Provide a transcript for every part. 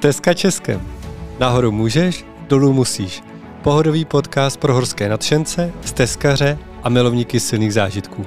Stezka Českem. Nahoru můžeš, dolů musíš. Pohodový podcast pro horské nadšence, stezkaře a milovníky silných zážitků.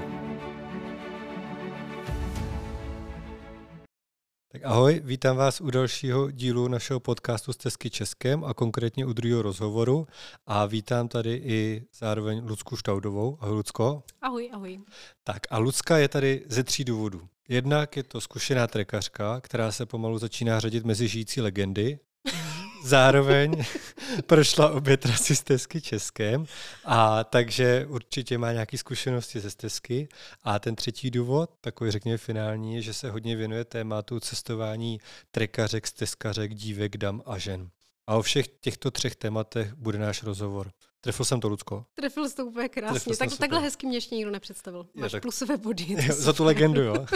Tak ahoj, vítám vás u dalšího dílu našeho podcastu Stezky Českem a konkrétně u druhého rozhovoru. A vítám tady i zároveň Lucku Štaudovou. Ahoj, Lucko. Ahoj, ahoj. Tak a Lucka je tady ze 3 důvodů. Jednak je to zkušená trekařka, která se pomalu začíná řadit mezi žijící legendy. Zároveň prošla obě trasy Stezky Českem, a takže určitě má nějaké zkušenosti ze stezky. A ten třetí důvod, takový řekněme finální, je, že se hodně věnuje tématu cestování trekařek, stezkařek, dívek, dam a žen. A o všech těchto 3 tématech bude náš rozhovor. Trefil jsem to, Lucko? Trefil jsi to úplně krásně. Takhle hezky mě ještě nikdo nepředstavil. Máš plusové body. Jo, za tu legendu, jo?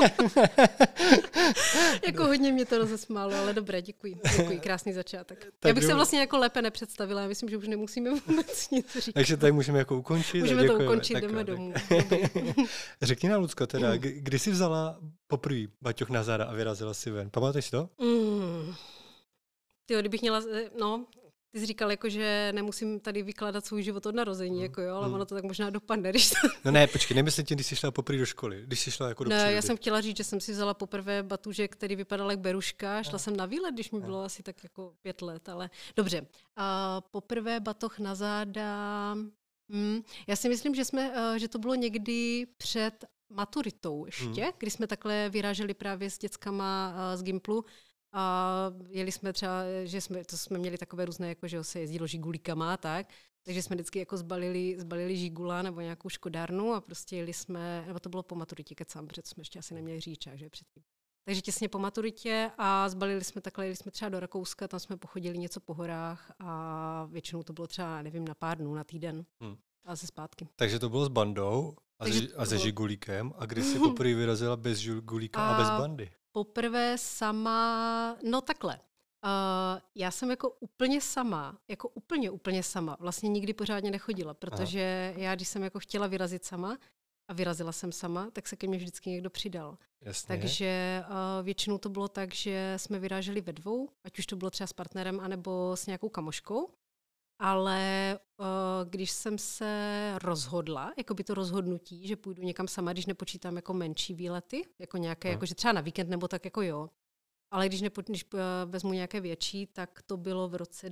Jako hodně mě to rozesmálo, ale dobré, děkuji. Krásný začátek. Já bych se vlastně jako lépe nepředstavila, já myslím, že už nemusíme vůbec nic říkat. Takže tady můžeme jako ukončit. Můžeme to ukončit, jdeme domů. Řekni nám, Lucko, teda, kdy jsi vzala poprvé baťoch na záda a vyrazila si ven? Pamatuješ to? Tyjo, kdybych měla, ty jsi říkal, jako, že nemusím tady vykládat svůj život od narození, jako jo, ale ono to tak možná dopadne, když to... No ne, počkej, nemyslím tě, když jsi šla poprvé do školy, když jsi šla jako do přírody. Já jsem chtěla říct, že jsem si vzala poprvé batužek, který vypadal jak beruška, šla jsem na výlet, když mi bylo asi tak jako 5 let, ale dobře. A poprvé batoh na záda, já si myslím, že to bylo někdy před maturitou ještě, kdy jsme takhle vyráželi právě s dětskama z Gimplu. A jeli jsme třeba, že jsme měli takové různé, jako že se jezdilo žigulíkama, takže jsme vždycky jako zbalili žigula nebo nějakou škodárnu a prostě jeli jsme, nebo to bylo po maturitě, kecám, protože jsme ještě asi neměli řidičák, že předtím. Takže těsně po maturitě a zbalili jsme takhle, jeli jsme třeba do Rakouska, tam jsme pochodili něco po horách a většinou to bylo třeba, nevím, na pár dnů, na týden a se zpátky. Takže to bylo s bandou a se žigulíkem, a kdy jsi poprvé vyrazila bez žigulíka a bez bandy? Poprvé sama, no takhle. Já jsem jako úplně sama, vlastně nikdy pořádně nechodila, protože já, když jsem jako chtěla vyrazit sama a vyrazila jsem sama, tak se ke mně vždycky někdo přidal. Jasně. Takže většinou to bylo tak, že jsme vyráželi ve 2, ať už to bylo třeba s partnerem, anebo s nějakou kamoškou. Ale když jsem se rozhodla, jako by to rozhodnutí, že půjdu někam sama, když nepočítám jako menší výlety, jako nějaké, jako že třeba na víkend nebo tak jako jo. Ale když vezmu nějaké větší, tak to bylo v roce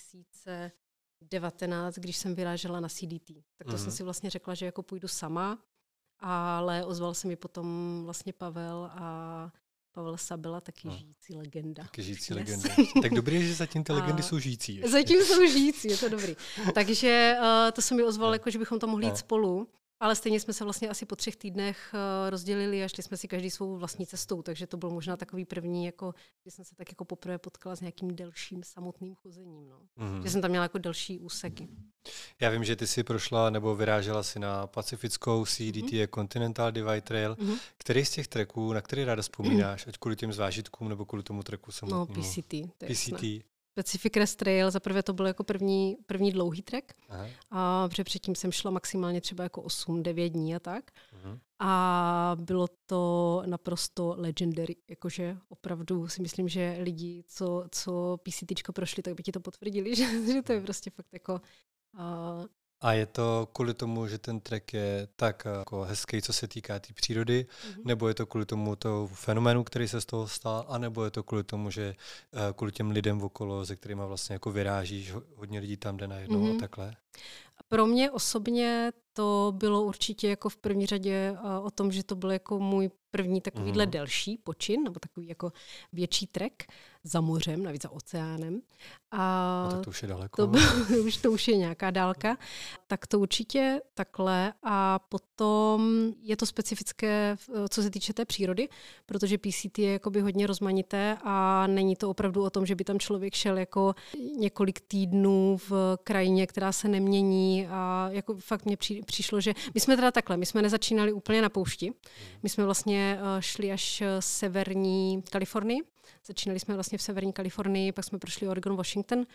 2019, když jsem vyrážela na CDT. Tak to jsem si vlastně řekla, že jako půjdu sama, ale ozval se mi potom vlastně Pavel Sabela, taky žijící legenda. Taky žijící legenda. Tak dobrý je, že zatím ty legendy jsou žijící. Ještě. Zatím jsou žijící, je to dobrý. Takže to se mi ozvalo, jako, že bychom to mohli jít spolu, ale stejně jsme se vlastně asi po 3 týdnech rozdělili a šli jsme si každý svou vlastní cestou, takže to byl možná takový první, jako, že jsem se tak jako poprvé potkala s nějakým delším samotným chozením. No. Že jsem tam měla jako delší úseky. Já vím, že ty jsi prošla nebo vyrážela si na pacifickou CDT Continental Divide Trail. Který z těch tracků, na který ráda vzpomínáš, ať kvůli těm zážitkům nebo kvůli tomu tracku samotnému? No, PCT. PCT. Pacific Crest Trail, zaprvé to byl jako první dlouhý trek, a předtím jsem šla maximálně třeba jako 8-9 dní a tak. A bylo to naprosto legendary, jakože opravdu si myslím, že lidi, co PCTčko prošli, tak by ti to potvrdili, že to je prostě fakt jako... A je to kvůli tomu, že ten trek je tak jako hezký, co se týká té přírody, nebo je to kvůli tomu fenoménu, který se z toho stal, anebo je to kvůli tomu, že kvůli těm lidem okolo, se kterými vlastně jako vyrážíš, hodně lidí tam jde najednou a takhle? Pro mě osobně to bylo určitě jako v první řadě o tom, že to byl jako můj první takovýhle delší počin, nebo takový jako větší trek za mořem, navíc za oceánem. A to už je daleko. To už je nějaká dálka. Tak to určitě takhle. A potom je to specifické, co se týče té přírody, protože PCT je jakoby hodně rozmanité a není to opravdu o tom, že by tam člověk šel jako několik týdnů v krajině, která se nemění, a jako fakt mě přišlo, že my jsme nezačínali úplně na poušti. My jsme vlastně šli až severní Kalifornii. Začínali jsme vlastně v severní Kalifornii, pak jsme prošli Oregon, Washington.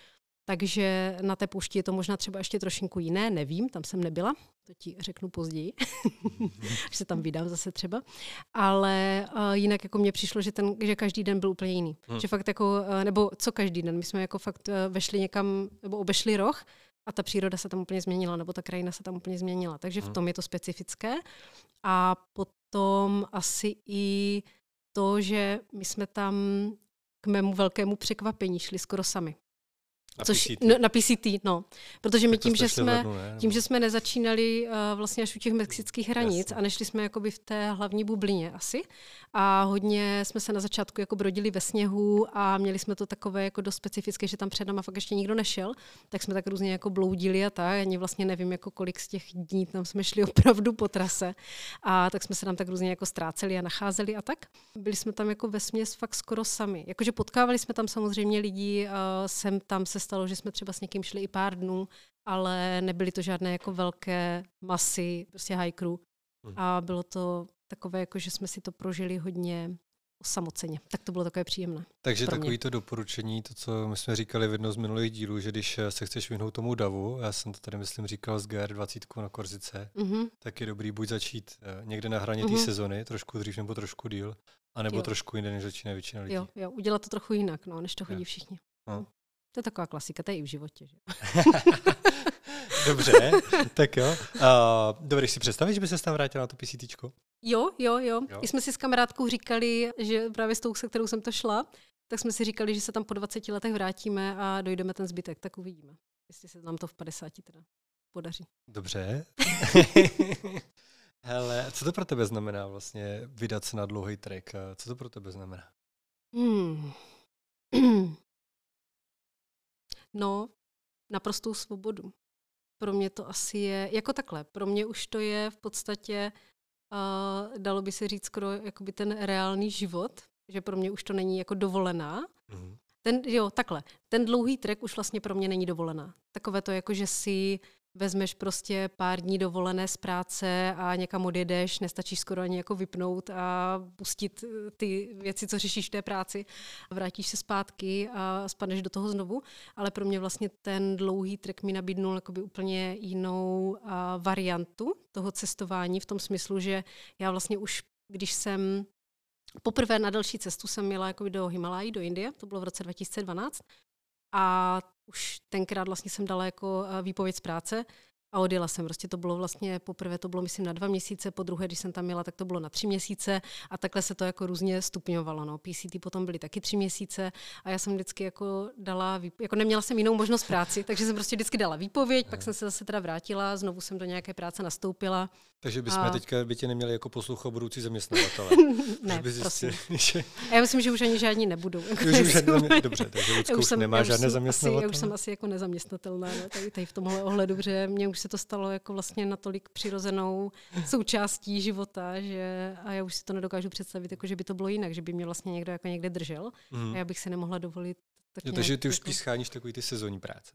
Takže na té poušti je to možná třeba ještě trošinku jiné, nevím, tam jsem nebyla, to ti řeknu později, až se tam vydám zase třeba. Ale jinak jako mně přišlo, že každý den byl úplně jiný. Že fakt jako, nebo co každý den, my jsme jako fakt vešli někam, nebo obešli roh a ta příroda se tam úplně změnila, nebo ta krajina se tam úplně změnila. Takže v tom je to specifické. A potom asi i to, že my jsme tam k mému velkému překvapení šli skoro sami. Na PCT, no. Protože my tím, že jsme nezačínali vlastně až u těch mexických hranic a nešli jsme jakoby v té hlavní bublině asi. A hodně jsme se na začátku jako brodili ve sněhu a měli jsme to takové jako dost specifické, že tam před náma fakt ještě nikdo nešel, tak jsme tak různě jako bloudili a tak. Ani vlastně nevím, jako kolik z těch dní tam jsme šli opravdu po trase. A tak jsme se tam tak různě jako ztráceli a nacházeli a tak. Byli jsme tam jako vesměs fakt skoro sami. Jakože potkávali jsme tam samozřejmě lidi, sem tam se stalo, že jsme třeba s někým šli i pár dnů, ale nebyly to žádné jako velké masy, prostě hikerů. A bylo to takové, jako že jsme si to prožili hodně osamoceně. Tak to bylo takové příjemné. Takže takovýto doporučení, to, co my jsme říkali v jednom z minulých dílů, že když se chceš vyhnout tomu davu, já jsem to tady myslím říkal z GR20 na Korzice, tak je dobrý buď začít někde na hraně té sezony, trošku dřív nebo trošku díl, anebo trošku jinde, než začíná většina lidí. Jo, udělat to trochu jinak, no, než to chodí všichni. No. To je taková klasika, to je i v životě. Že? Dobře, tak jo. Dobře, si představíš, že by se tam vrátila na to PCTčko? Jo. I jsme si s kamarádkou říkali, že právě s tou, se kterou jsem to šla, tak jsme si říkali, že se tam po 20 letech vrátíme a dojdeme ten zbytek, tak uvidíme. Jestli se nám to v 50 teda podaří. Dobře. Hele, co to pro tebe znamená vlastně vydat se na dlouhý trek? Co to pro tebe znamená? No, naprostou svobodu. Pro mě to asi je, jako takhle, pro mě už to je v podstatě, dalo by se říct skoro jakoby ten reálný život, že pro mě už to není jako dovolená. Ten dlouhý trek už vlastně pro mě není dovolená. Takové to jako, že si vezmeš prostě pár dní dovolené z práce a někam odjedeš, nestačíš skoro ani jako vypnout a pustit ty věci, co řešíš v té práci a vrátíš se zpátky a spadneš do toho znovu. Ale pro mě vlastně ten dlouhý trek mi nabídnul jakoby úplně jinou variantu toho cestování v tom smyslu, že já vlastně už, když jsem poprvé na další cestu jsem jela jakoby do Himalají, do Indie, to bylo v roce 2012, a už tenkrát vlastně jsem dala jako výpověď z práce a odjela jsem. Prostě to bylo vlastně poprvé, to bylo myslím na 2 měsíce, po druhé, když jsem tam jela, tak to bylo na 3 měsíce a takhle se to jako různě stupňovalo. No. PCT potom byly taky 3 měsíce a já jsem vždycky jako dala, jako neměla jsem jinou možnost práci, takže jsem prostě vždycky dala výpověď, pak jsem se zase teda vrátila, znovu jsem do nějaké práce nastoupila. Takže bychom teďka by tě neměli jako posluchač budoucí zaměstnavatele. Ne, prosím. A já myslím, že už ani žádní nebudou. Dobře, takže Lucko už nemá žádné zaměstnavatele. Já už jsem asi jako nezaměstnatelná, no, tady v tomhle ohledu, protože mě už se to stalo jako vlastně natolik přirozenou součástí života, že a já už si to nedokážu představit, jako že by to bylo jinak, že by mě vlastně někdo jako někde držel a já bych se nemohla dovolit. Takže ty už spíš scháníš takový ty sezónní práce.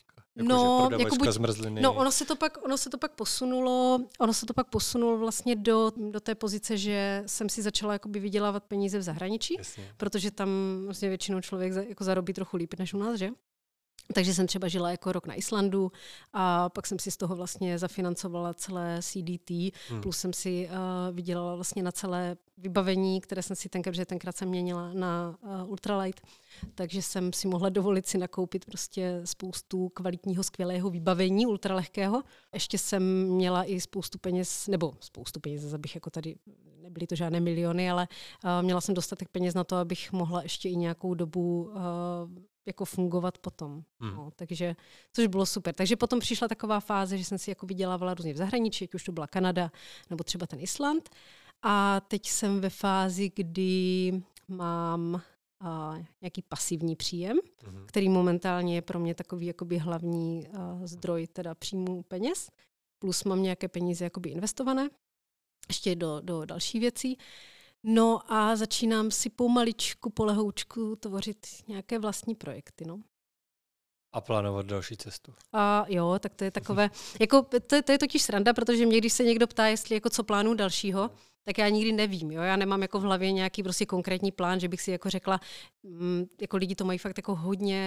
Ono se to pak posunulo vlastně do té pozice, že jsem si začala jakoby vydělávat peníze v zahraničí, protože tam vlastně většinou člověk jako zarobí trochu líp než u nás, že? Takže jsem třeba žila jako rok na Islandu a pak jsem si z toho vlastně zafinancovala celé CDT, plus jsem si vydělala vlastně na celé vybavení, které jsem si tenkrát jsem měnila na ultralight, takže jsem si mohla dovolit si nakoupit prostě spoustu kvalitního, skvělého vybavení ultralehkého. Ještě jsem měla i spoustu peněz, abych jako tady, nebyly to žádné miliony, ale měla jsem dostatek peněz na to, abych mohla ještě i nějakou dobu jako fungovat potom. No, takže, což bylo super. Takže potom přišla taková fáze, že jsem si jako vydělávala různě v zahraničí, ať už to byla Kanada nebo třeba ten Island. A teď jsem ve fázi, kdy mám nějaký pasivní příjem, který momentálně je pro mě takový jakoby hlavní zdroj teda příjmu peněz. Plus mám nějaké peníze jakoby investované ještě do další věcí. No a začínám si pomaličku, polehoučku tvořit nějaké vlastní projekty, no. A plánovat další cestu. A jo, tak to je takové, jako to je totiž sranda, protože mě, když se někdo ptá, jestli jako co plánuju dalšího, tak já nikdy nevím, jo, já nemám jako v hlavě nějaký prostě konkrétní plán, že bych si jako řekla, jako lidi to mají fakt jako hodně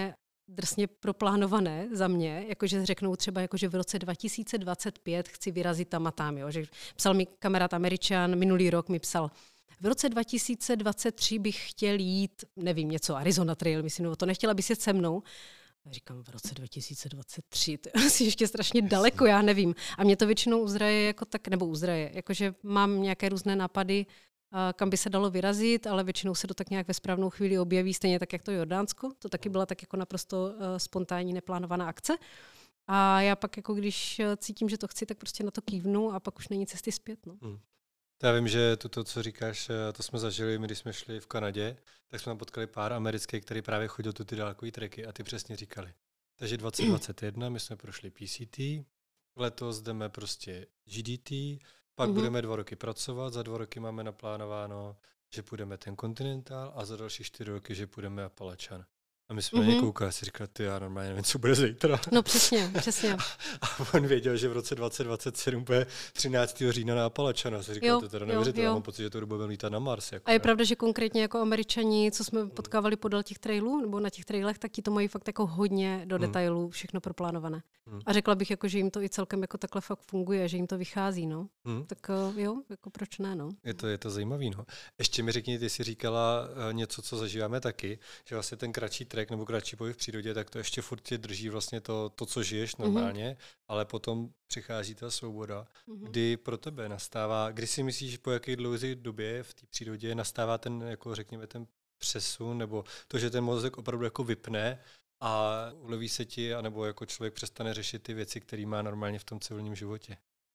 drsně proplánované za mě, jakože řeknou třeba, jakože v roce 2025 chci vyrazit tam a tam, jo. Že psal mi kamarád Američan, minulý rok mi psal, v roce 2023 bych chtěl jít, nevím, něco, Arizona Trail, myslím, nebo to nechtěla bys jet se mnou. A říkám, v roce 2023, to je asi ještě strašně daleko, já nevím. A mě to většinou uzraje jako tak, nebo uzraje, jakože mám nějaké různé nápady, kam by se dalo vyrazit, ale většinou se to tak nějak ve správnou chvíli objeví, stejně tak, jak to Jordánsko. To taky byla tak jako naprosto spontánní, neplánovaná akce. A já pak, jako když cítím, že to chci, tak prostě na to kývnu a pak už není cesty zpět. No. Já vím, že to, co říkáš, to jsme zažili, my když jsme šli v Kanadě, tak jsme tam potkali pár amerických, který právě chodil ty dálkový treky a ty přesně říkali. Takže 2021 my jsme prošli PCT, letos jdeme prostě GDT, pak budeme 2 roky pracovat, za 2 roky máme naplánováno, že půjdeme ten Continental a za další 4 roky, že půjdeme Appalachian. A my jsme na ně koukali a si říkali, já normálně nevím, co bude zítra. No přesně. A on věděl, že v roce 2027 bude 13. října na Appalachiana. Si říkal, to teda neuvěřitelné, mám pocit, že to budeme lítat na Mars. Jako, a je pravda, že konkrétně jako Američani, co jsme potkávali podél těch trailů, nebo na těch trailech, tak ti to mají fakt jako hodně do detailů všechno proplánované. A řekla bych, jako, že jim to i celkem jako takhle fakt funguje, že jim to vychází. No. Tak jo, jako proč ne? No. Je to zajímavý. No. Ještě mi řekni, ty jsi říkala něco, co zažíváme taky, že vlastně ten kratší trek nebo kratší pohyb v přírodě, tak to ještě furt tě drží vlastně to co žiješ normálně, ale potom přichází ta svoboda, kdy pro tebe nastává, kdy si myslíš, po jaké dlouhé době v té přírodě nastává ten, jako řekněme, ten přesun, nebo to, že ten mozek opravdu jako vypne a uleví se ti, anebo jako člověk přestane řešit ty věci, které má normálně v tom civilním životě.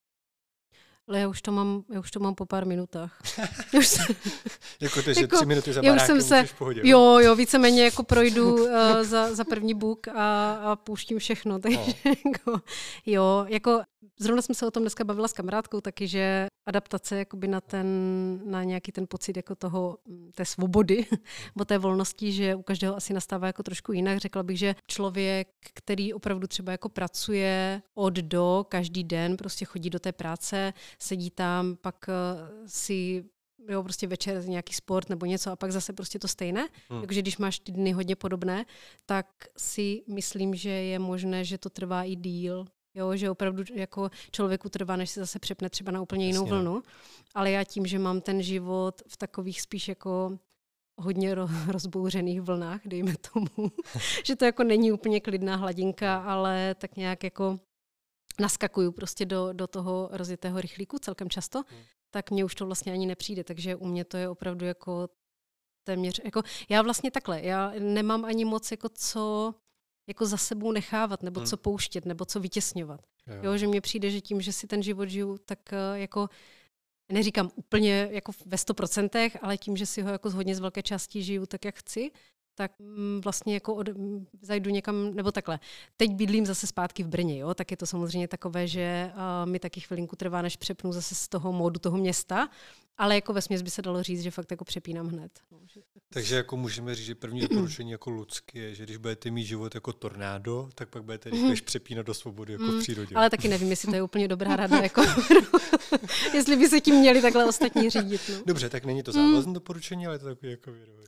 Ale já už to mám po pár minutách. Jako to, že 3 minuty za barákem můžeš v pohodě. Jo, víceméně jako projdu za první buk a pouštím všechno. Takže jako zrovna jsem se o tom dneska bavila s kamarádkou taky, že adaptace jakoby na nějaký ten pocit jako té svobody, nebo té volnosti, že u každého asi nastává jako trošku jinak. Řekla bych, že člověk, který opravdu třeba jako pracuje od do, každý den, prostě chodí do té práce, sedí tam, pak si prostě večer nějaký sport nebo něco a pak zase prostě to stejné. Takže když máš ty dny hodně podobné, tak si myslím, že je možné, že to trvá i díl. Jo, že opravdu jako člověku trvá, než se zase přepne třeba na úplně jinou vlnu. Ale já tím, že mám ten život v takových spíš jako hodně rozbouřených vlnách, dejme tomu, že to jako není úplně klidná hladinka, ale tak nějak jako naskakuju prostě do toho rozjetého rychlíku celkem často, tak mně už to vlastně ani nepřijde, takže u mě to je opravdu jako téměř, jako já vlastně takhle, já nemám ani moc jako co jako za sebou nechávat, nebo co pouštět, nebo co vytěsňovat. Jo, že mně přijde, že tím, že si ten život žiju, tak jako neříkám úplně jako ve 100%, ale tím, že si ho jako hodně z velké části žiju tak, jak chci, tak vlastně jako zajdu někam, nebo takhle. Teď bydlím zase zpátky v Brně, jo, tak je to samozřejmě takové, že mi taky chvilinku trvá, než přepnu zase z toho módu toho města, ale jako vesměs by se dalo říct, že fakt jako přepínám hned. No, takže jako můžeme říct, že první doporučení jako lidské je, že když budete mít život jako tornádo, tak pak budete rychle přepínat do svobody jako v přírodě. Ale taky nevím, jestli to je úplně dobrá rada, jako jestli by se tím měli takhle ostatní řídit. No. Dobře, tak není to závazné doporučení, ale je to takový jako věrový.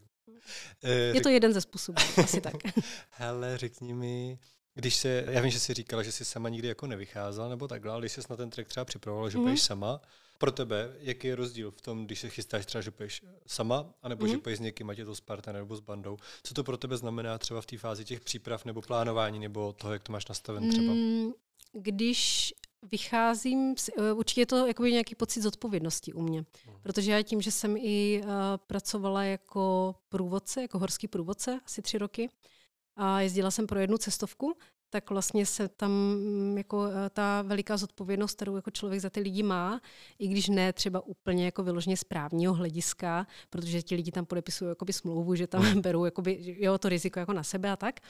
Je to jeden ze způsobů, asi tak. Hele, řekni mi, já vím, že jsi říkala, že jsi sama nikdy jako nevycházela, nebo takhle, ale když jsi na ten trek třeba připravovala, že půjdeš sama, pro tebe, jaký je rozdíl v tom, když se chystáš třeba, že půjdeš sama, anebo že půjdeš s někým, ať je to s partnerem nebo s bandou? Co to pro tebe znamená třeba v té fázi těch příprav nebo plánování, nebo toho, jak to máš nastaven třeba? Když vycházím, určitě je to jakoby nějaký pocit zodpovědnosti u mě. Protože já tím, že jsem i pracovala jako průvodce, jako horský průvodce, asi 3 roky, a jezdila jsem pro jednu cestovku, tak vlastně se tam jako ta veliká zodpovědnost, kterou jako člověk za ty lidi má, i když ne třeba úplně jako vyloženě z právního hlediska, protože ti lidi tam podepisují jakoby smlouvu, že tam berou jakoby, to riziko jako na sebe a tak.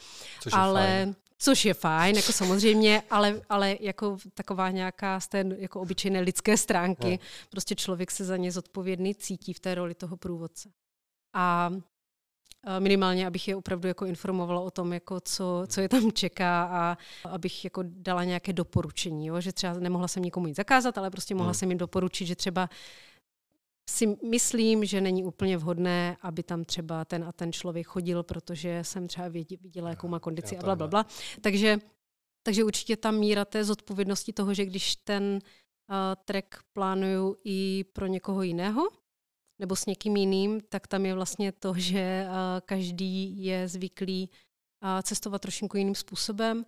Což je fajn, jako samozřejmě, ale jako taková nějaká z té jako obyčejné lidské stránky, prostě člověk se za ně zodpovědný cítí v té roli toho průvodce. A minimálně, abych je opravdu jako informovala o tom, jako co je tam čeká a abych jako dala nějaké doporučení, jo? Že třeba nemohla jsem nikomu nic zakázat, ale prostě mohla jsem jim doporučit, že třeba si myslím, že není úplně vhodné, aby tam třeba ten a ten člověk chodil, protože jsem třeba viděla, jakou má kondici a blablabla. Takže určitě ta míra té zodpovědnosti toho, že když ten trek plánuju i pro někoho jiného, nebo s někým jiným, tak tam je vlastně to, že každý je zvyklý cestovat trošku jiným způsobem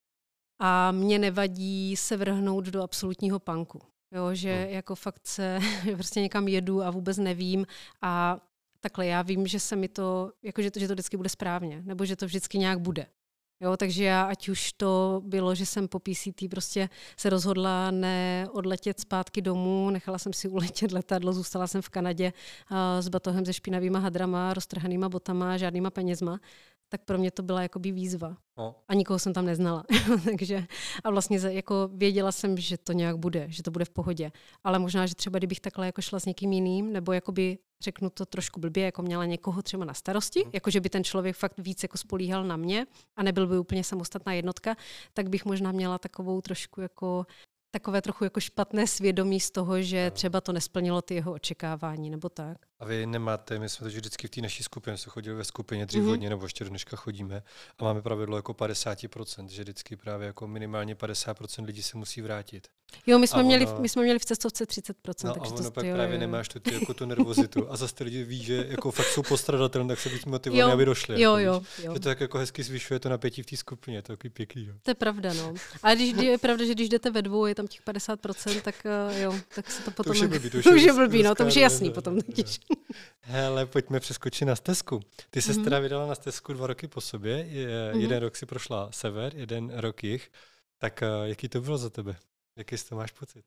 a mě nevadí se vrhnout do absolutního punku. Jo, že jako fakt se prostě někam jedu a vůbec nevím a takhle já vím, že se mi to, jako že to vždycky bude správně, nebo že to vždycky nějak bude. Jo, takže já, ať už to bylo, že jsem po PCT prostě se rozhodla neodletět zpátky domů, nechala jsem si uletět letadlo, zůstala jsem v Kanadě s batohem se špinavýma hadrama, roztrhanýma botama, žádnýma penězma, tak pro mě to byla jakoby výzva. A nikoho jsem tam neznala. Takže a vlastně jako věděla jsem, že to nějak bude, že to bude v pohodě. Ale možná, že třeba kdybych takhle jako šla s někým jiným, nebo jakoby řeknu to trošku blbě, jako měla někoho třeba na starosti, jako že by ten člověk fakt víc jako spolíhal na mě a nebyl by úplně samostatná jednotka, tak bych možná měla takovou trošku jako takové trochu jako špatné svědomí z toho, že třeba to nesplnilo ty jeho očekávání, nebo tak. A vy nemáte, my jsme to vždycky v té naší skupině, jsme chodili ve skupině dřív hodně, nebo ještě do dneška chodíme a máme pravidlo jako 50%, že vždycky právě jako minimálně 50% lidí se musí vrátit. Jo, my jsme měli v cestovce 30%. No takže a ono pak právě nemáš tu nervozitu a zase ty lidi ví, že jako fakt jsou postradatelné, tak se víc motivovaní, aby došli. Jo. Že to jako hezky zvyšuje to napětí v té skupině, to je takový pěkný. Jo. To je pravda, no. A je pravda, že když jdete ve dvou, je tam těch 50%, tak tak se to potom... To už je blbý, no, to už je jasný potom. Hele, pojďme přeskočit na stezku. Ty se teda vydala na stezku 2 roky po sobě, jeden rok si prošla sever, jeden rok jih. Tak jaký to bylo za tebe? Jaký z toho máš pocit?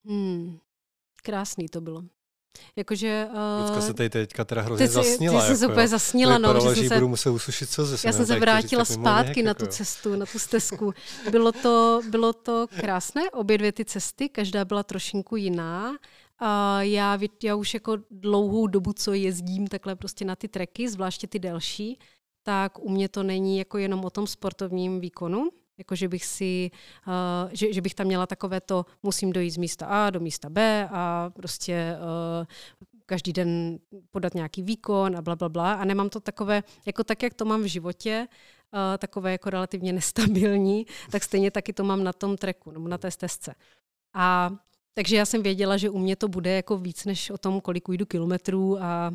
Krásný to bylo. Jakože... Lucka se tady teďka teda hrozně zasnila. Ty jsem se úplně zasnila, no. Budu muset usušit slzy. Já jsem se vrátila zpátky na tu cestu, na tu stezku. Bylo to krásné, obě dvě ty cesty, každá byla trošinku jiná. A já už jako dlouhou dobu, co jezdím takhle prostě na ty treky, zvláště ty delší, tak u mě to není jako jenom o tom sportovním výkonu, jako že bych že bych tam měla takové to, musím dojít z místa A do místa B a prostě každý den podat nějaký výkon a blablabla. A nemám to takové, jako tak, jak to mám v životě, takové jako relativně nestabilní, tak stejně taky to mám na tom treku, nebo na té stezce. Takže já jsem věděla, že u mě to bude jako víc než o tom, kolik ujdu kilometrů a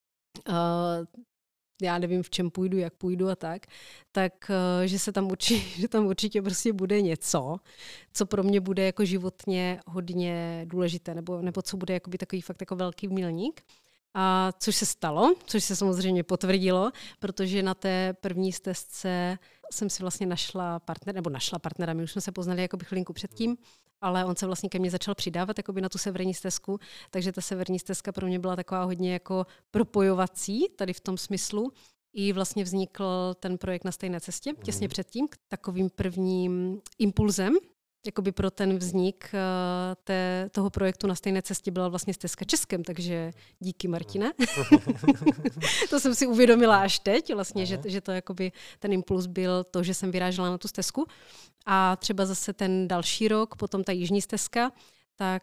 já nevím, v čem půjdu, jak půjdu a tak že tam určitě prostě bude něco, co pro mě bude jako životně hodně důležité, nebo co bude jakoby takový fakt jako velký milník. A což se stalo, což se samozřejmě potvrdilo, protože na té první stezce jsem si vlastně našla partnera, my už jsme se poznali jakoby chvilinku předtím, ale on se vlastně ke mně začal přidávat jakoby na tu severní stezku, takže ta severní stezka pro mě byla taková hodně jako propojovací, tady v tom smyslu. I vlastně vznikl ten projekt Na stejné cestě, těsně předtím, takovým prvním impulzem, jakoby pro ten vznik toho projektu Na stejné cestě byla vlastně stezka Českem, takže díky, Martine. To jsem si uvědomila až teď, vlastně, že to jakoby ten impuls byl to, že jsem vyrážela na tu stezku. A třeba zase ten další rok, potom ta jižní stezka, tak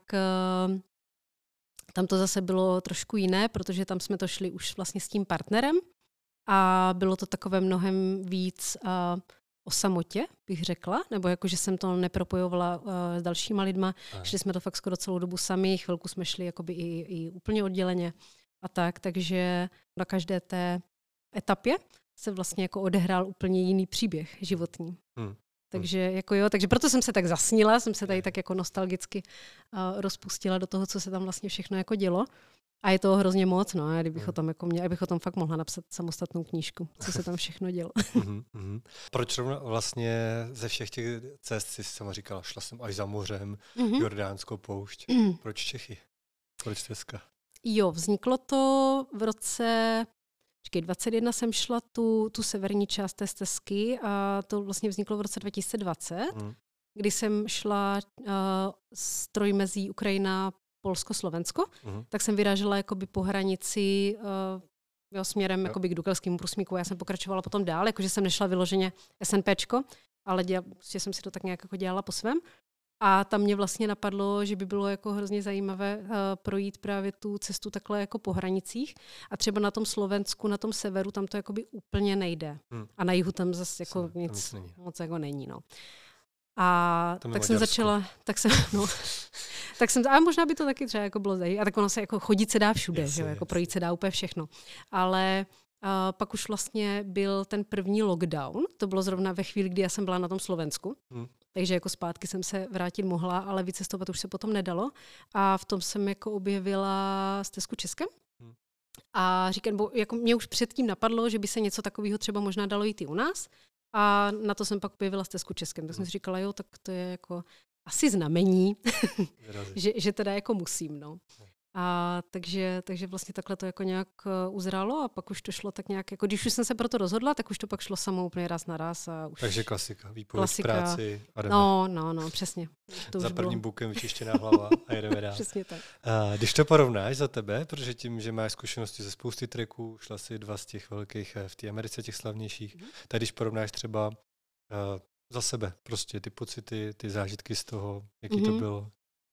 tam to zase bylo trošku jiné, protože tam jsme to šli už vlastně s tím partnerem a bylo to takové mnohem víc o samotě, bych řekla, nebo jako, že jsem to nepropojovala s dalšíma lidma. Šli jsme to fakt skoro celou dobu sami, chvilku jsme šli jakoby i úplně odděleně a takže na každé té etapě se vlastně jako odehrál úplně jiný příběh životní. Takže proto jsem se tak zasnila, jsem se tady tak jako nostalgicky rozpustila do toho, co se tam vlastně všechno jako dělo. A je toho hrozně moc, no, abych o tom fakt mohla napsat samostatnou knížku, co se tam všechno dělo. Proč vlastně ze všech těch cest si sama říkala, šla jsem až za mořem, Jordánskou poušť. Proč Čechy? Proč Stezka? Jo, vzniklo to v roce 2021 jsem šla tu severní část té stezky a to vlastně vzniklo v roce 2020, kdy jsem šla z trojmezí Ukrajina, Polsko, Slovensko, tak jsem vyrážela jakoby po hranici směrem jakoby k Dukalskému průsmyku. Já jsem pokračovala potom dál, jakože jsem nešla vyloženě SNPčko, ale prostě jsem si to tak nějak jako dělala po svém. A tam mě vlastně napadlo, že by bylo jako hrozně zajímavé projít právě tu cestu takhle jako po hranicích. A třeba na tom Slovensku, na tom severu, tam to jakoby úplně nejde. A na jihu tam zase jako nic moc jako není. No. A tak jsem začala, a možná by to taky třeba jako bylo zajímavé. A tak ono se jako chodit se dá všude, že jo? Jako projít se dá úplně všechno. Ale pak už vlastně byl ten první lockdown. To bylo zrovna ve chvíli, kdy já jsem byla na tom Slovensku. Takže jako zpátky jsem se vrátit mohla, ale vycestovat už se potom nedalo. A v tom jsem jako objevila stezku Českem. A říkám, jako mě už předtím napadlo, že by se něco takového třeba možná dalo jít i u nás. A na to jsem pak objevila stezku Českem. Tak jsem si říkala, jo, tak to je jako asi znamení, že teda jako musím, no. A takže vlastně takhle to jako nějak uzrálo a pak už to šlo tak nějak, jako když už jsem se pro to rozhodla, tak už to pak šlo samo úplně raz na raz. A už takže klasika, výpověď z práci a jdeme. No, přesně. To za prvním bukem vyčištěná hlava a jedeme dál. Přesně tak. Když to porovnáš za tebe, protože tím, že máš zkušenosti ze spousty tracků, šla si 2 z těch velkých v té Americe, těch slavnějších, tak když porovnáš třeba za sebe, prostě ty pocity, ty zážitky z toho, jaký to bylo?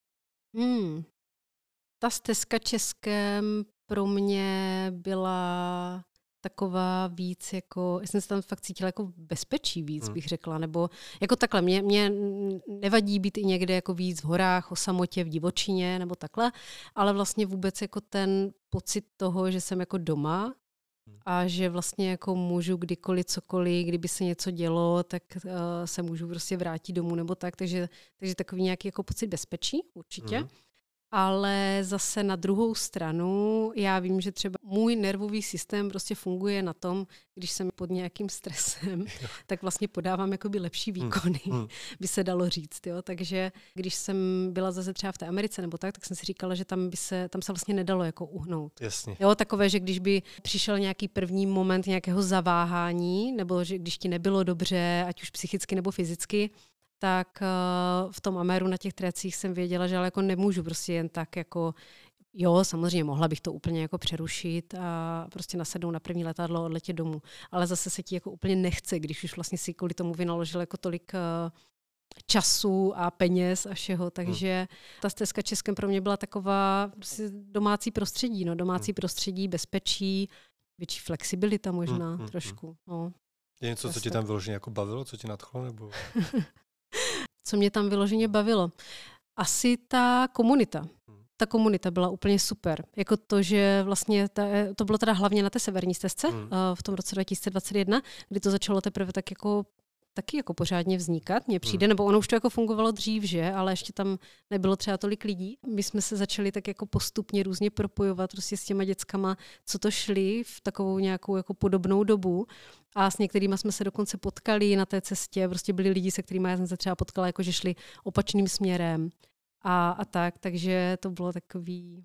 Ta stezka Českem pro mě byla taková víc jako, já jsem se tam fakt cítila jako bezpečí víc, bych řekla, nebo jako takhle, mě nevadí být i někde jako víc v horách, o samotě, v divočině, nebo takhle, ale vlastně vůbec jako ten pocit toho, že jsem jako doma a že vlastně jako můžu kdykoliv, cokoliv, kdyby se něco dělo, tak se můžu prostě vrátit domů nebo tak, takže takový nějaký jako pocit bezpečí určitě. Ale zase na druhou stranu já vím, že třeba můj nervový systém prostě funguje na tom, když jsem pod nějakým stresem, tak vlastně podávám jakoby lepší výkony, by se dalo říct. Jo? Takže když jsem byla zase třeba v té Americe nebo tak jsem si říkala, že tam se vlastně nedalo jako uhnout. Jasně. Jo, takové, že když by přišel nějaký první moment nějakého zaváhání, nebo že když ti nebylo dobře, ať už psychicky nebo fyzicky, tak v tom Ameru na těch trécích jsem věděla, že ale jako nemůžu prostě jen tak jako, jo, samozřejmě mohla bych to úplně jako přerušit a prostě nasednout na první letadlo a odletět domů. Ale zase se ti jako úplně nechce, když už vlastně si kvůli tomu vynaložil jako tolik času a peněz a všeho, takže ta stezka Českem pro mě byla taková prostě domácí prostředí, domácí prostředí, bezpečí, větší flexibilita možná trošku. No. Je něco, co tě tam vyloženě jako bavilo, co tě nadchlo, nebo... Co mě tam vyloženě bavilo? Asi ta komunita. Ta komunita byla úplně super. Jako to, že vlastně to bylo teda hlavně na té severní stezce v tom roce 2021, kdy to začalo teprve tak jako taky jako pořádně vznikat, mně přijde, nebo ono už to jako fungovalo dřív, že, ale ještě tam nebylo třeba tolik lidí. My jsme se začali tak jako postupně různě propojovat prostě s těma dětskama, co to šli v takovou nějakou jako podobnou dobu a s některýma jsme se dokonce potkali na té cestě, prostě byli lidi, se kterými já jsem se třeba potkala, jako že šli opačným směrem a tak, takže to bylo takový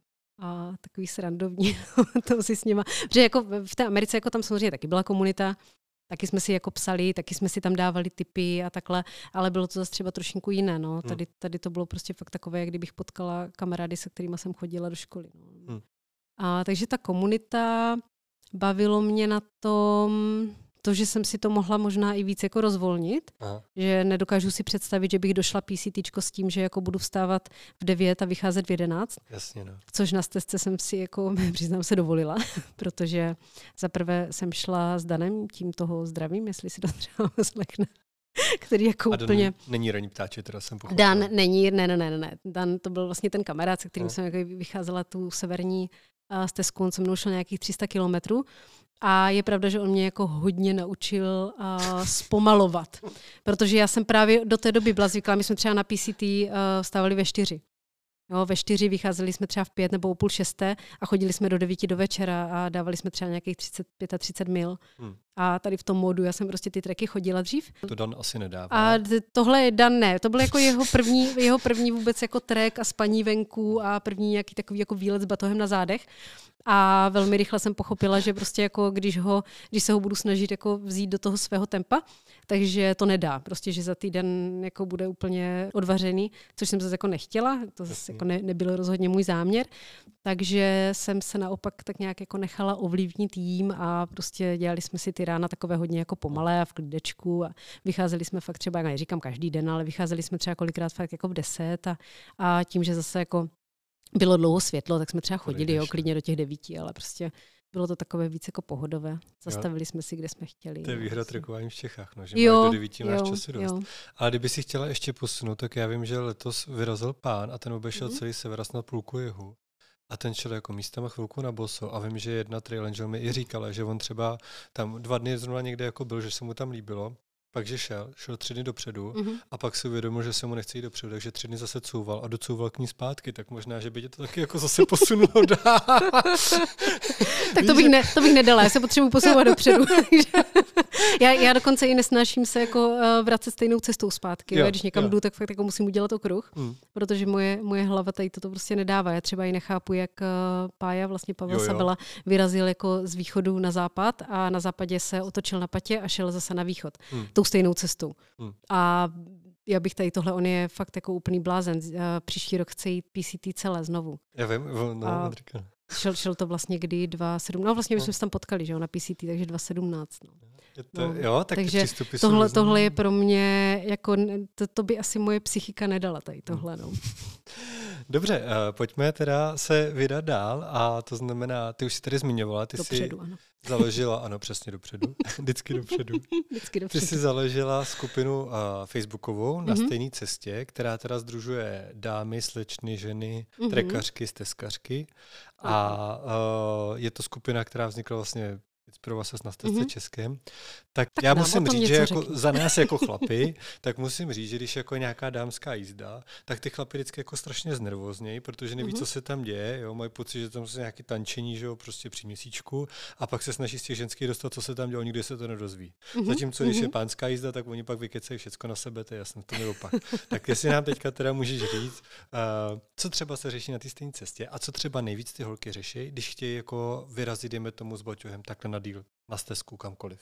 srandovní to si s nima, protože jako v té Americe jako tam samozřejmě taky byla komunita. Taky jsme si jako psali, taky jsme si tam dávali tipy a takhle, ale bylo to zase třeba trošku jiné. No. Tady to bylo prostě fakt takové, jak kdybych potkala kamarády, se kterými jsem chodila do školy. No. A takže ta komunita, bavilo mě na tom, že jsem si to mohla možná i víc jako rozvolnit, že nedokážu si představit, že bych došla PCTčko s tím, že jako budu vstávat v 9 a vycházet v 11. Jasně, no. Což na stezce jsem si jako, přiznám se, dovolila, protože zaprvé jsem šla s Danem, tím toho zdravím, jestli si to třeba slechne, který jako a úplně... není ranní ptáče, teda jsem pochopila. Dan není, ne. Dan to byl vlastně ten kamarád, se kterým jsem jako vycházela tu severní stezku, on se mnou šel nějakých 300 kilometrů. A je pravda, že on mě jako hodně naučil zpomalovat. Protože já jsem právě do té doby byla zvyklá, my jsme třeba na PCT vstávali ve 4. Jo, ve 4 vycházeli jsme třeba v 5 nebo o 5:30 a chodili jsme do 9 do večera a dávali jsme třeba nějakých 30 mil. A tady v tom módu já jsem prostě ty tracky chodila dřív. To Dan asi nedává. A tohle je Dan ne. To byl jako jeho první vůbec jako track a spaní venku a první nějaký takový jako výlet s batohem na zádech. A velmi rychle jsem pochopila, že prostě jako když se ho budu snažit jako vzít do toho svého tempa, takže to nedá. Prostě, že za týden jako bude úplně odvařený, což jsem zase jako nechtěla. To zase jako nebyl rozhodně můj záměr. Takže jsem se naopak tak nějak jako nechala ovlivnit jím a prostě dělali jsme si ty rána takové hodně jako pomalé a v klidečku a vycházeli jsme fakt třeba, neříkám každý den, ale vycházeli jsme třeba kolikrát fakt jako v 10 a tím, že zase jako bylo dlouho světlo, tak jsme třeba chodili klidně do těch 9, ale prostě bylo to takové víc jako pohodové. Zastavili jsme si, kde jsme chtěli. To je výhra trekování v Čechách, no, že do 9 máš času dost. Jo. Ale kdyby si chtěla ještě posunout, tak já vím, že letos vyrazil pán a ten obešel celý sever na půlku jihu. A ten šel jako místama chvilku na boso a vím, že jedna trail angel mi i říkala, že on třeba tam 2 dny zrovna někde jako byl, že se mu tam líbilo, pak že šel 3 dny dopředu a pak si uvědomil, že se mu nechce jít dopředu, takže 3 dny zase couval a docouval k ní zpátky, tak možná, že by tě to taky jako zase posunulo dál. Tak to bych nedala, já se potřebuji posouvat dopředu. já dokonce i nesnáším se jako vracet stejnou cestou zpátky. Jo, když někam jdu, tak fakt jako musím udělat okruh, protože moje hlava tady to prostě nedává. Já třeba i nechápu, jak Pája, vlastně Pavel Sabela, vyrazil jako z východu na západ a na západě se otočil na patě a šel zase na východ. Tou stejnou cestou. A já bych tady tohle, on je fakt jako úplný blázen. Příští rok chce jít PCT celé znovu. Já vím, no, šel to vlastně kdy 2017, no vlastně my jsme se tam potkali, že jo, na PCT, takže 2017. No. Jo, tak takže tohle je pro mě, jako to by asi moje psychika nedala tady tohle, no. Dobře, pojďme teda se vydat dál a to znamená, ty už si tady zmiňovala, ty dopředu, jsi ano. Založila, ano, přesně dopředu, vždycky dopředu. Ty jsi založila skupinu facebookovou Na stejné cestě, která teda sdružuje dámy, slečny, ženy, trekařky, stezkařky a je to skupina, která vznikla vlastně inspiroval ses na stezce českém, tak já musím říct, že jako za nás jako chlapi, tak musím říct, že když jako nějaká dámská jízda, tak ty chlapi vždycky jako strašně znervóznějí, protože neví, co se tam děje, jo, mají pocit, že tam jsou nějaké tančení, že jo, prostě při měsíčku a pak se snaží z těch ženských dostat, co se tam děje, nikdy se to nedozví. Zatímco když je pánská jízda, tak oni pak vykecají všecko na sebe, to je jasné, to je opak. Tak jestli nám teďka teda můžeš říct, co třeba se řeší na té stejné cestě a co třeba nejvíc ty holky řeší, když chtějí jako vyrazit, dejme tomu s baťohem takhle na díl, na stezku, kamkoliv.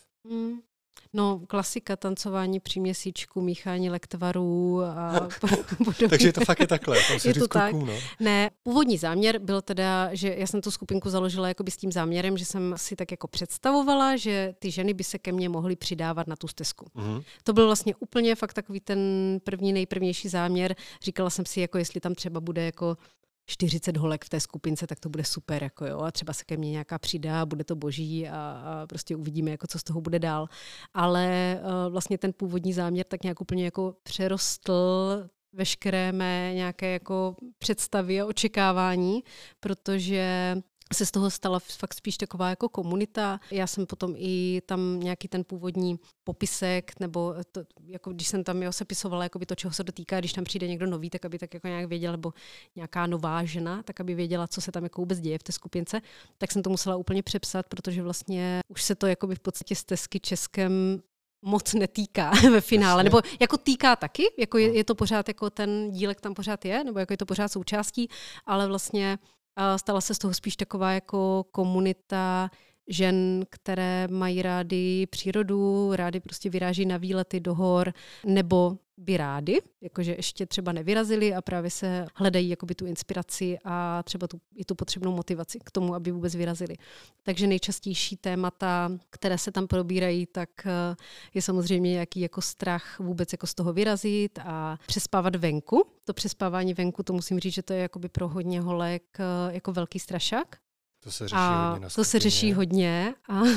No, klasika, tancování při měsíčku, míchání lektvarů a podobně. Takže to fakt je takhle, tam si je říct to tak. Klukům, no. Ne, původní záměr byl teda, že já jsem tu skupinku založila jakoby s tím záměrem, že jsem si tak jako představovala, že ty ženy by se ke mně mohly přidávat na tu stezku. To byl vlastně úplně fakt takový ten nejprvnější záměr. Říkala jsem si, jako jestli tam třeba bude jako 40 holek v té skupince, tak to bude super, jako jo, a třeba se ke mně nějaká přidá, bude to boží a prostě uvidíme, jako co z toho bude dál. Ale vlastně ten původní záměr tak nějak úplně jako přerostl veškeré mé nějaké jako představy a očekávání, protože se z toho stala fakt spíš taková jako komunita. Já jsem potom i tam nějaký ten původní popisek, nebo to, jako když jsem tam sepisovala jakoby to, čeho se dotýká, když tam přijde někdo nový, tak aby tak jako nějak věděla, nebo nějaká nová žena, tak aby věděla, co se tam jako vůbec děje v té skupince, tak jsem to musela úplně přepsat, protože vlastně už se to jakoby v podstatě stezky českém moc netýká ve finále, nebo jako týká taky, jako je to pořád, jako ten dílek tam pořád je, nebo jako je to pořád součástí, ale vlastně stala se z toho spíš taková jako komunita žen, které mají rády přírodu, rády prostě vyráží na výlety do hor, nebo by rády, jakože ještě třeba nevyrazili a právě se hledají jakoby tu inspiraci a třeba tu potřebnou motivaci k tomu, aby vůbec vyrazili. Takže nejčastější témata, které se tam probírají, tak je samozřejmě nějaký jako strach vůbec jako z toho vyrazit a přespávat venku. To přespávání venku, to musím říct, že to je jakoby pro hodně holek jako velký strašák. To se řeší hodně na skupině. To se řeší hodně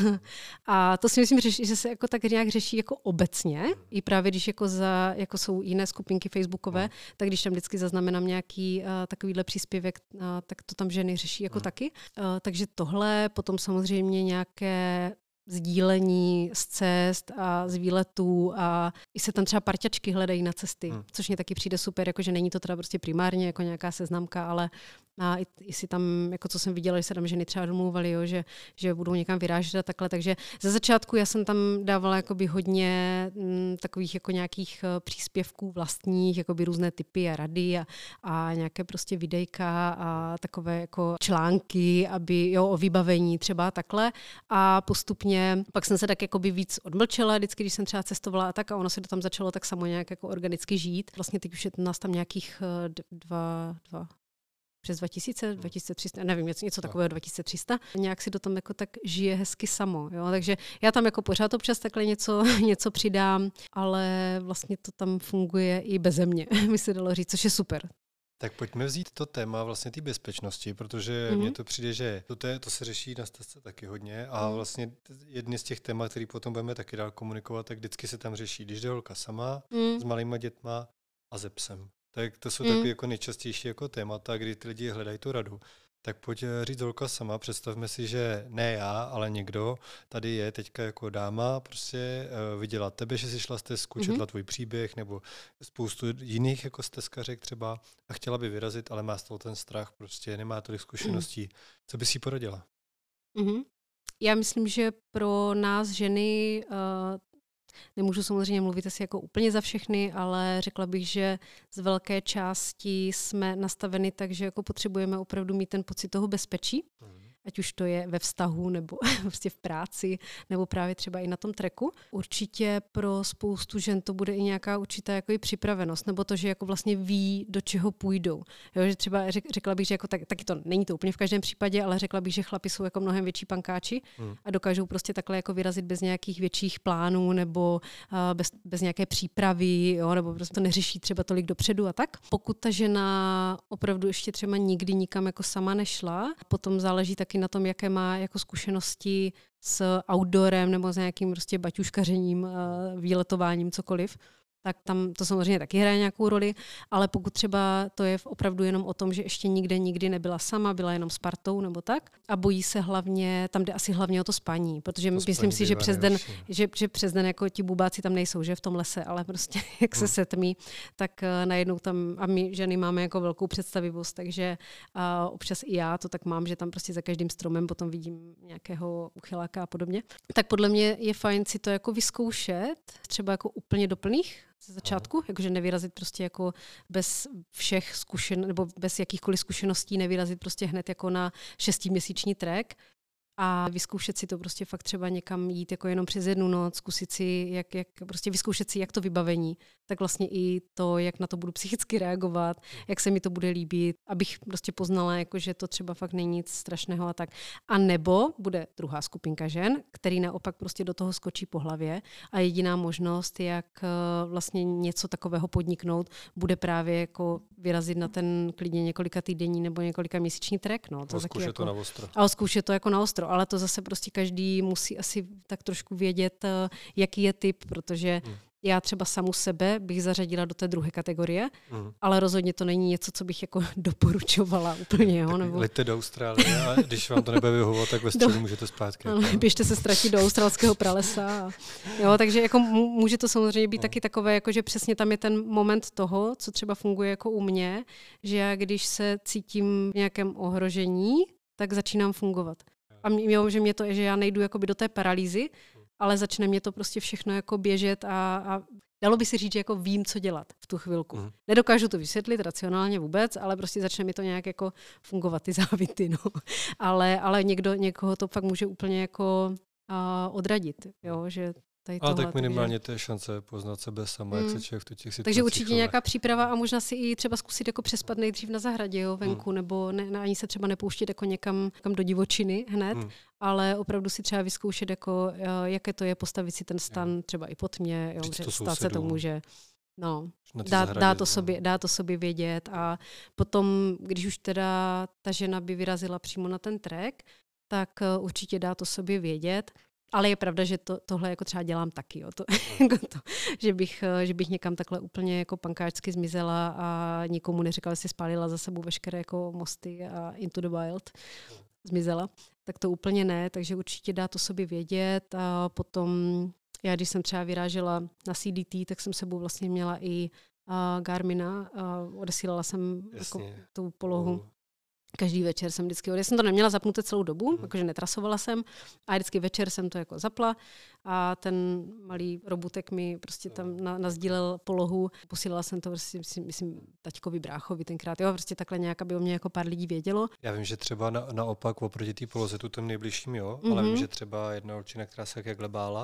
a to si myslím, že se jako tak nějak řeší jako obecně. I právě když jako jsou jiné skupinky facebookové, tak když tam vždycky zaznamenám nějaký takovýhle příspěvek, tak to tam ženy řeší jako taky. Takže tohle, potom samozřejmě nějaké sdílení z cest a z výletů a i se tam třeba parťačky hledají na cesty, což mě taky přijde super, jakože není to teda prostě primárně jako nějaká seznamka, ale i si tam, jako co jsem viděla, že se tam ženy třeba domlouvaly, jo, že budou někam vyrážet a takhle, takže ze začátku já jsem tam dávala jakoby hodně takových jako nějakých příspěvků vlastních, jakoby různé typy a rady a nějaké prostě videjka a takové jako články, aby o vybavení třeba takhle a postupně pak jsem se tak jakoby víc odmlčela, vždycky, když jsem třeba cestovala a tak a ono se to tam začalo tak samo nějak jako organicky žít. Vlastně teď už je nás tam nějakých přes 2000, 2300, nevím, něco takového 2300. Nějak si to tam jako tak žije hezky samo. Jo? Takže já tam jako pořád občas takhle něco přidám, ale vlastně to tam funguje i beze mě, by se dalo říct, což je super. Tak pojďme vzít to téma vlastně té bezpečnosti, protože mně to přijde, že to se řeší na stezce taky hodně a vlastně jedny z těch témat, který potom budeme taky dál komunikovat, tak vždycky se tam řeší, když jde holka sama, s malýma dětma a se psem. Tak to jsou taky jako nejčastější jako témata, kdy ty lidi hledají tu radu. Tak pojď říct holka sama, představme si, že ne já, ale někdo tady je teďka jako dáma, prostě viděla tebe, že jsi šla stezku, četla tvůj příběh nebo spoustu jiných jako stezkařek třeba a chtěla by vyrazit, ale má z toho ten strach, prostě nemá tolik zkušeností. Co bys jí poradila? Já myslím, že pro nás ženy, nemůžu samozřejmě mluvit asi jako úplně za všechny, ale řekla bych, že z velké části jsme nastaveny tak, že jako potřebujeme opravdu mít ten pocit toho bezpečí, ať už to je ve vztahu nebo prostě v práci, nebo právě třeba i na tom treku. Určitě pro spoustu žen to bude i nějaká určitá jako i připravenost, nebo to, že jako vlastně ví, do čeho půjdou. Jo, že třeba řekla bych, že jako taky to není to úplně v každém případě, ale řekla bych, že chlapi jsou jako mnohem větší pankáči a dokážou prostě takhle jako vyrazit bez nějakých větších plánů nebo bez nějaké přípravy, jo, nebo prostě to neřeší třeba tolik dopředu a tak. Pokud ta žena opravdu ještě třeba nikdy nikam jako sama nešla, potom záleží taky na tom, jaké má jako zkušenosti s outdoorem nebo s nějakým prostě baťuškařením, výletováním, cokoliv, tak tam to samozřejmě taky hraje nějakou roli, ale pokud třeba to je opravdu jenom o tom, že ještě nikdy nebyla sama, byla jenom s partou nebo tak a bojí se hlavně, tam jde asi hlavně o to spaní, protože myslím si, že přes den jako ti bubáci tam nejsou, že v tom lese, ale prostě jak se setmí, tak najednou tam, a my ženy máme jako velkou představivost, takže občas i já to tak mám, že tam prostě za každým stromem potom vidím nějakého uchyláka a podobně. Tak podle mě je fajn si to jako vyzkoušet, třeba jako úplně do plných ze začátku, jakože nevyrazit prostě jako bez všech nebo bez jakýchkoliv zkušeností, nevyrazit prostě hned jako na 6měsíční trek a vyzkoušet si to prostě fakt třeba někam jít jako jenom přes jednu noc, zkusit si, jak prostě vyzkoušet si, jak to vybavení, tak vlastně i to, jak na to budu psychicky reagovat, jak se mi to bude líbit, abych prostě poznala, jako, že to třeba fakt není nic strašného a tak. A nebo bude druhá skupinka žen, který naopak prostě do toho skočí po hlavě a jediná možnost, jak vlastně něco takového podniknout, bude právě jako vyrazit na ten klidně několika týdenní nebo několika měsíční trek. No. To zkoušet to na ostro. A zkoušet to jako na ostro, ale to zase prostě každý musí asi tak trošku vědět, jaký je typ, protože já třeba samu sebe bych zařadila do té druhé kategorie, ale rozhodně to není něco, co bych jako doporučovala úplně. Jo, nebo... Leďte do Austrálie a když vám to nebude vyhovovat, tak ve středu můžete zpátky. Běžte se ztratit do australského pralesa. Jo, takže jako může to samozřejmě být taky takové, jako že přesně tam je ten moment toho, co třeba funguje jako u mě, že já když se cítím v nějakém ohrožení, tak začínám fungovat. A že mě to je, že já nejdu jakoby do té paralýzy, ale začne mě to prostě všechno jako běžet a dalo by se říct, že jako vím, co dělat v tu chvilku. Nedokážu to vysvětlit racionálně vůbec, ale prostě začne mi to nějak jako fungovat, ty závity. No. Ale někoho to fakt může úplně jako odradit, jo, že ale tak minimálně to je šance poznat sebe sama, jak se člověk v těch situacích Takže určitě nějaká příprava a možná si i třeba zkusit jako přespat nejdřív na zahradě, jo, venku, nebo ani se třeba nepouštět jako někam do divočiny hned, ale opravdu si třeba vyzkoušet, jako, jaké to je postavit si ten stan třeba i po tmě, jo, že stát se to může. No, dá to sobě vědět a potom, když už teda ta žena by vyrazila přímo na ten trek, tak určitě dá to sobě vědět. Ale je pravda, že tohle jako třeba dělám taky, jo. Že bych někam takhle úplně jako pankáčsky zmizela a nikomu neřekla, že si spálila za sebou veškeré jako mosty a into the wild zmizela. Tak to úplně ne, takže určitě dá to sobě vědět a potom já, když jsem třeba vyrážela na CDT, tak jsem sebou vlastně měla i Garmina a odesílala jsem jako tu polohu. Každý večer jsem vždycky, já jsem to neměla zapnuté celou dobu, jakože netrasovala jsem a vždycky večer jsem to jako zapla a ten malý robotek mi prostě tam nazdílel polohu, posílala jsem to prostě, myslím taťkovi, bráchovi tenkrát, jo, prostě takhle nějak, aby o mě jako pár lidí vědělo. Já vím, že třeba naopak oproti té poloze tu tím nejbližším, jo, ale vím, že třeba jedna holčina, která se jak bála,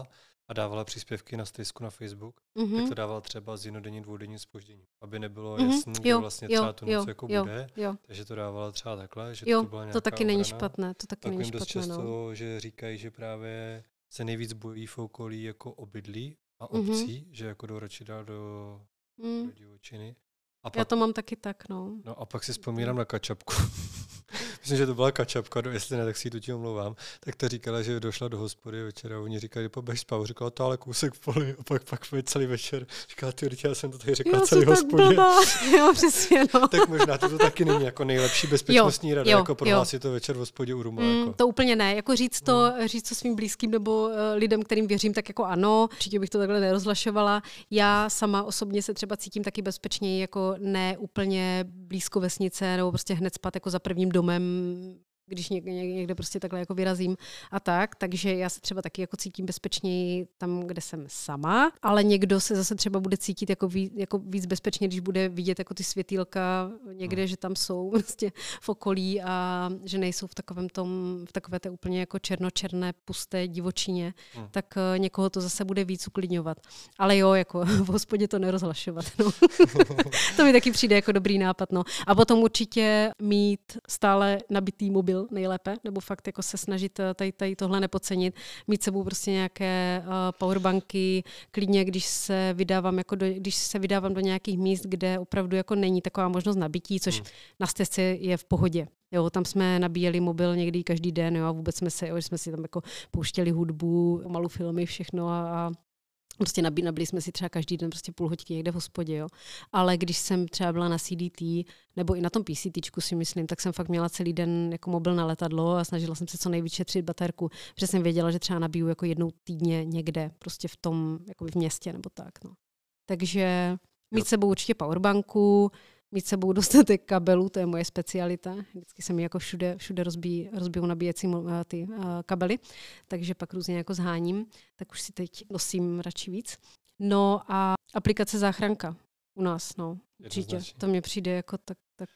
a dávala příspěvky na stejsku na Facebook, tak to dávala třeba s jednodenním, dvoudenním zpožděním, aby nebylo jasný, že vlastně třeba tu noc jako bude, takže to dávala třeba takhle, že to byla nějaká to taky není obrana. špatné, to taky není špatné. Dost často, že říkají, že právě se nejvíc bojí v okolí jako obydlí a obcí, že jako jdou radši dál do divočiny. A pak, já to mám taky tak, no. No a pak si vzpomínám na kačapku. Myslím, že to byla kačapka, jestli ne, tak si ji tu tím omlouvám. Tak to říkala, že došla do hospody večer a oni říkali, poběž spát. Říkala, to ale kousek v poli. A pak celý večer. Říkala, já jsem to tady řekla celý hospodě. Jo, přesně, no. Tak možná to taky není jako nejlepší bezpečnostní rada, jako prohlásit to večer v hospodě u Ruma. Jako. To úplně ne. Jako říct to svým blízkým nebo lidem, kterým věřím, tak jako ano. Určitě bych to takhle nerozhlašovala. Já sama osobně se třeba cítím taky bezpečněji, jako ne úplně blízko vesnice, nebo prostě hned spát jako za prvním domem, když někde prostě takhle jako vyrazím a tak, takže já se třeba taky jako cítím bezpečněji tam, kde jsem sama, ale někdo se zase třeba bude cítit jako víc bezpečně, když bude vidět jako ty světýlka někde, že tam jsou prostě v okolí a že nejsou v takové té úplně jako černočerné, pusté divočině, tak někoho to zase bude víc uklidňovat. Ale jo, jako v hospodě to nerozhlašovat. No. To mi taky přijde jako dobrý nápad. No. A potom určitě mít stále nabitý mobil nejlépe, nebo fakt jako se snažit tady tohle nepodcenit. Mít sebou prostě nějaké powerbanky, klidně, když se vydávám do nějakých míst, kde opravdu jako není taková možnost nabití, což na stezce je v pohodě. Jo, tam jsme nabíjeli mobil někdy každý den, jo, a vůbec jsme si tam jako pouštěli hudbu, malou filmy, všechno a prostě nabili jsme si třeba každý den prostě půl hodiny někde v hospodě, jo. Ale když jsem třeba byla na CDT nebo i na tom PCTčku si myslím, tak jsem fakt měla celý den jako mobil na letadlo a snažila jsem se co nejvíc šetřit baterku, protože jsem věděla, že třeba nabiju jako jednou týdně někde, prostě v tom, jako v městě nebo tak, no. Takže mít sebou určitě powerbanku, mít sebou dostatek kabelů, to je moje specialita. Vždycky se mi jako všude rozbijou nabíjecí ty kabely, takže pak různě jako zháním, tak už si teď nosím radši víc. No a aplikace záchranka u nás, no, určitě. To mně přijde jako tak.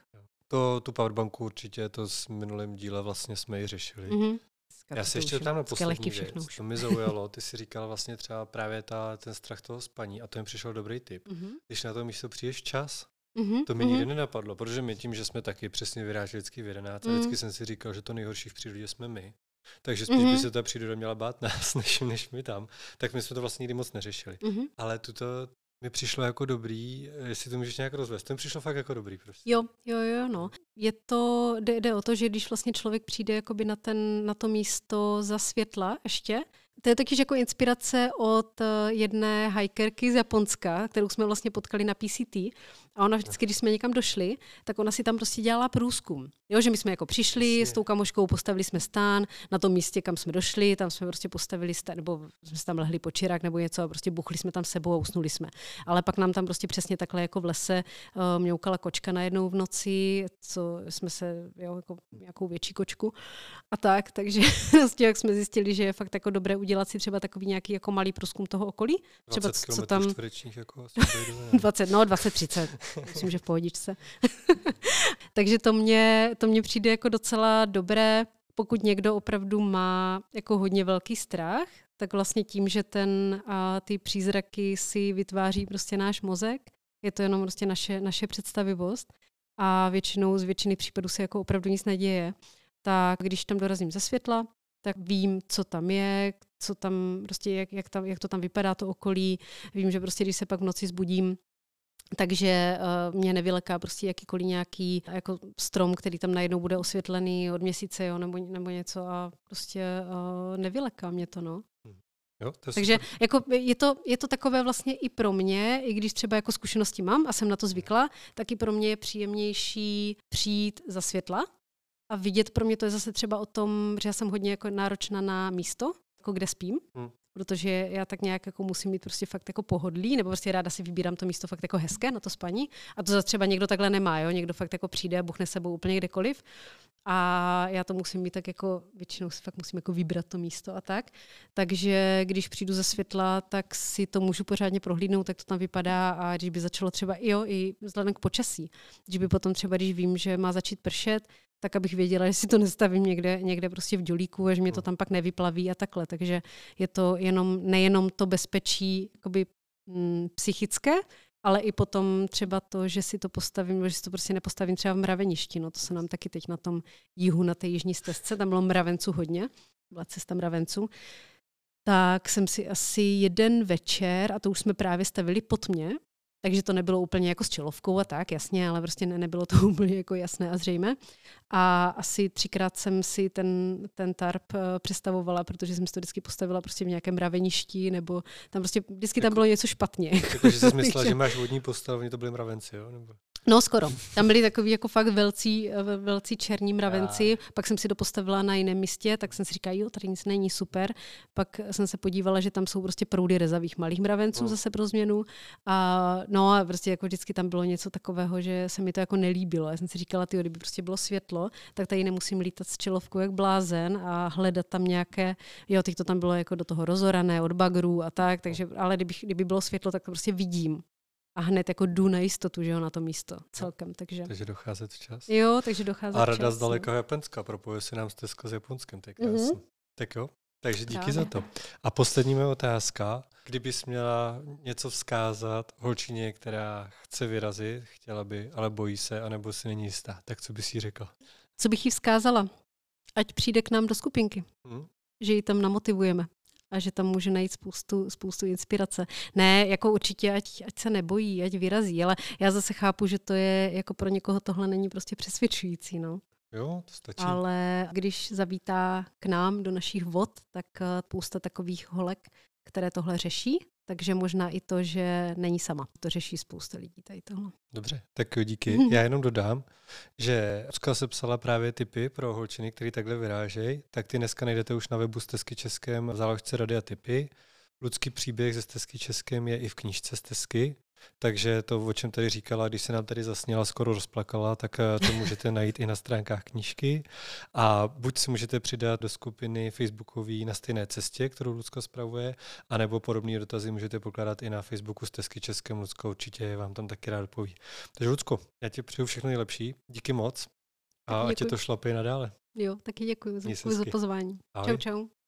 Tu powerbanku určitě, to s minulým díle vlastně jsme ji řešili. Já se ještě tam na poslední věc, to mi zaujalo, ty si říkala vlastně třeba právě ten strach toho spaní a to mi přišel dobrý tip. Když na to místo přijdeš včas, to mi nikdy nenapadlo, protože my tím, že jsme taky přesně vyráželi vždycky v 11 a vždycky jsem si říkal, že to nejhorší v přírodě jsme my. Takže spíš by se ta příroda měla bát nás, než my tam. Tak my jsme to vlastně nikdy moc neřešili. Ale tuto mi přišlo jako dobrý, jestli to můžeš nějak rozvést. To mi přišlo fakt jako dobrý prostě. Jo, no. Jde o to, že když vlastně člověk přijde jakoby na to místo za světla ještě, to je totiž jako inspirace od jedné hikerky z Japonska, kterou jsme vlastně potkali na PCT. A ona vždycky, když jsme někam došli, tak ona si tam prostě dělala průzkum. Jo, že my jsme jako přišli s tou kamoškou, postavili jsme stán na tom místě, kam jsme došli, tam jsme prostě postavili stán, nebo jsme tam lehli po čirák nebo něco a prostě buchli jsme tam sebou a usnuli jsme. Ale pak nám tam prostě přesně takhle jako v lese mňoukala kočka najednou v noci, co jsme se, jo, jako nějakou větší kočku a tak, takže prostě jak jsme zjistili, že je fakt jako dobré udělat si třeba takový nějaký jako malý průzkum toho okolí. 20 třeba co tam čtverečních jako 20-30. Myslím, že v pohodičce. Takže to mně přijde jako docela dobré, pokud někdo opravdu má jako hodně velký strach, tak vlastně tím, že ty přízraky si vytváří prostě náš mozek, je to jenom prostě naše představivost a z většiny případů se jako opravdu nic neděje. Tak když tam dorazím ze světla, tak vím, co tam je, co tam prostě, jak to tam vypadá, to okolí. Vím, že prostě, když se pak v noci zbudím, takže mě nevyleká prostě jakýkoliv nějaký jako strom, který tam najednou bude osvětlený od měsíce, jo, nebo něco a prostě nevyleká mě to, no. Jo, takže jako je to takové vlastně i pro mě, i když třeba jako zkušenosti mám a jsem na to zvykla, tak i pro mě je příjemnější přijít za světla a vidět pro mě to je zase třeba o tom, že já jsem hodně jako náročná na místo, jako kde spím. Protože já tak nějak jako musím mít prostě fakt jako pohodlí, nebo prostě ráda si vybírám to místo fakt jako hezké na to spaní. A to zase třeba někdo takhle nemá, jo? Někdo fakt jako přijde a buchne sebou úplně kdekoliv. A já to musím mít tak jako, většinou si fakt musím jako vybrat to místo a tak. Takže když přijdu ze světla, tak si to můžu pořádně prohlídnout, jak to tam vypadá a když by začalo třeba i vzhledem k počasí. Když by potom třeba, když vím, že má začít pršet, tak abych věděla, že si to nestavím někde prostě v dělíku a že mě to tam pak nevyplaví a takhle. Takže je to nejenom to bezpečí jakoby, psychické, ale i potom třeba to, že si to postavím, že si to prostě nepostavím třeba v mraveništi. No to se nám taky teď na tom jihu, na té jižní stezce, tam bylo mravenců hodně, byla cesta mravenců, tak jsem si asi jeden večer, a to už jsme právě stavili pod mě, takže to nebylo úplně jako s čelovkou a tak, jasně, ale prostě nebylo to úplně jako jasné a zřejmé. A asi 3krát jsem si ten tarp představovala, protože jsem si to vždycky postavila prostě v nějakém mraveništi, nebo tam prostě vždycky tam bylo něco špatně. Takže jsi myslela, že máš vodní postavu, to byly mravenci, jo? Nebo... No skoro. Tam byli takový jako fakt velcí černí mravenci, pak jsem si to postavila na jiném místě, tak jsem si říkala, jo, tady nic není, super. Pak jsem se podívala, že tam jsou prostě proudy rezavých malých mravenců zase pro změnu. A prostě jako vždycky tam bylo něco takového, že se mi to jako nelíbilo. Já jsem si říkala, kdyby prostě bylo světlo, tak tady nemusím lítat s čelovkou jak blázen a hledat tam nějaké, teď to tam bylo jako do toho rozorané od bagrů a tak, takže, ale kdyby bylo světlo, tak to prostě vidím. A hned jako jdu na jistotu, že jo, na to místo celkem. Takže docházet včas. Jo, takže docházet včas. A rada zdaleka Japonska, propojuje se nám stezka s Japonskem, to je krásný. Tak jo, takže díky za to. A poslední moje otázka, kdybys měla něco vzkázat holčině, která chce vyrazit, chtěla by, ale bojí se, anebo si není jistá, tak co bys jí řekla? Co bych jí vzkázala? Ať přijde k nám do skupinky, že ji tam namotivujeme. A že tam může najít spoustu inspirace. Ne, jako určitě, ať se nebojí, ať vyrazí, ale já zase chápu, že to je, jako pro někoho tohle není prostě přesvědčující, no. Jo, to stačí. Ale když zavítá k nám do našich vod, tak spousta takových holek, které tohle řeší, takže možná i to, že není sama. To řeší spousta lidí tady tohle. Dobře, tak jo, díky. Já jenom dodám, že Lucka se psala právě tipy pro holčiny, které takhle vyrážejí, tak ty dneska najdete už na webu Stezky Českém v záložce Rady a tipy. Lidský příběh ze Stezky Českém je i v knížce Stezky, takže to, o čem tady říkala, když se nám tady zasněla, skoro rozplakala, tak to můžete najít i na stránkách knížky. A buď si můžete přidat do skupiny facebookové Na stejné cestě, kterou Lucka spravuje, anebo podobné dotazy můžete pokládat i na Facebooku Stezky Českém. Lucko určitě vám tam taky rád odpoví. Takže Lucko, já ti přeju všechno nejlepší, díky moc a ať tě to šlape nadále. Jo, taky děkuji za pozvání. Ahoj. Čau.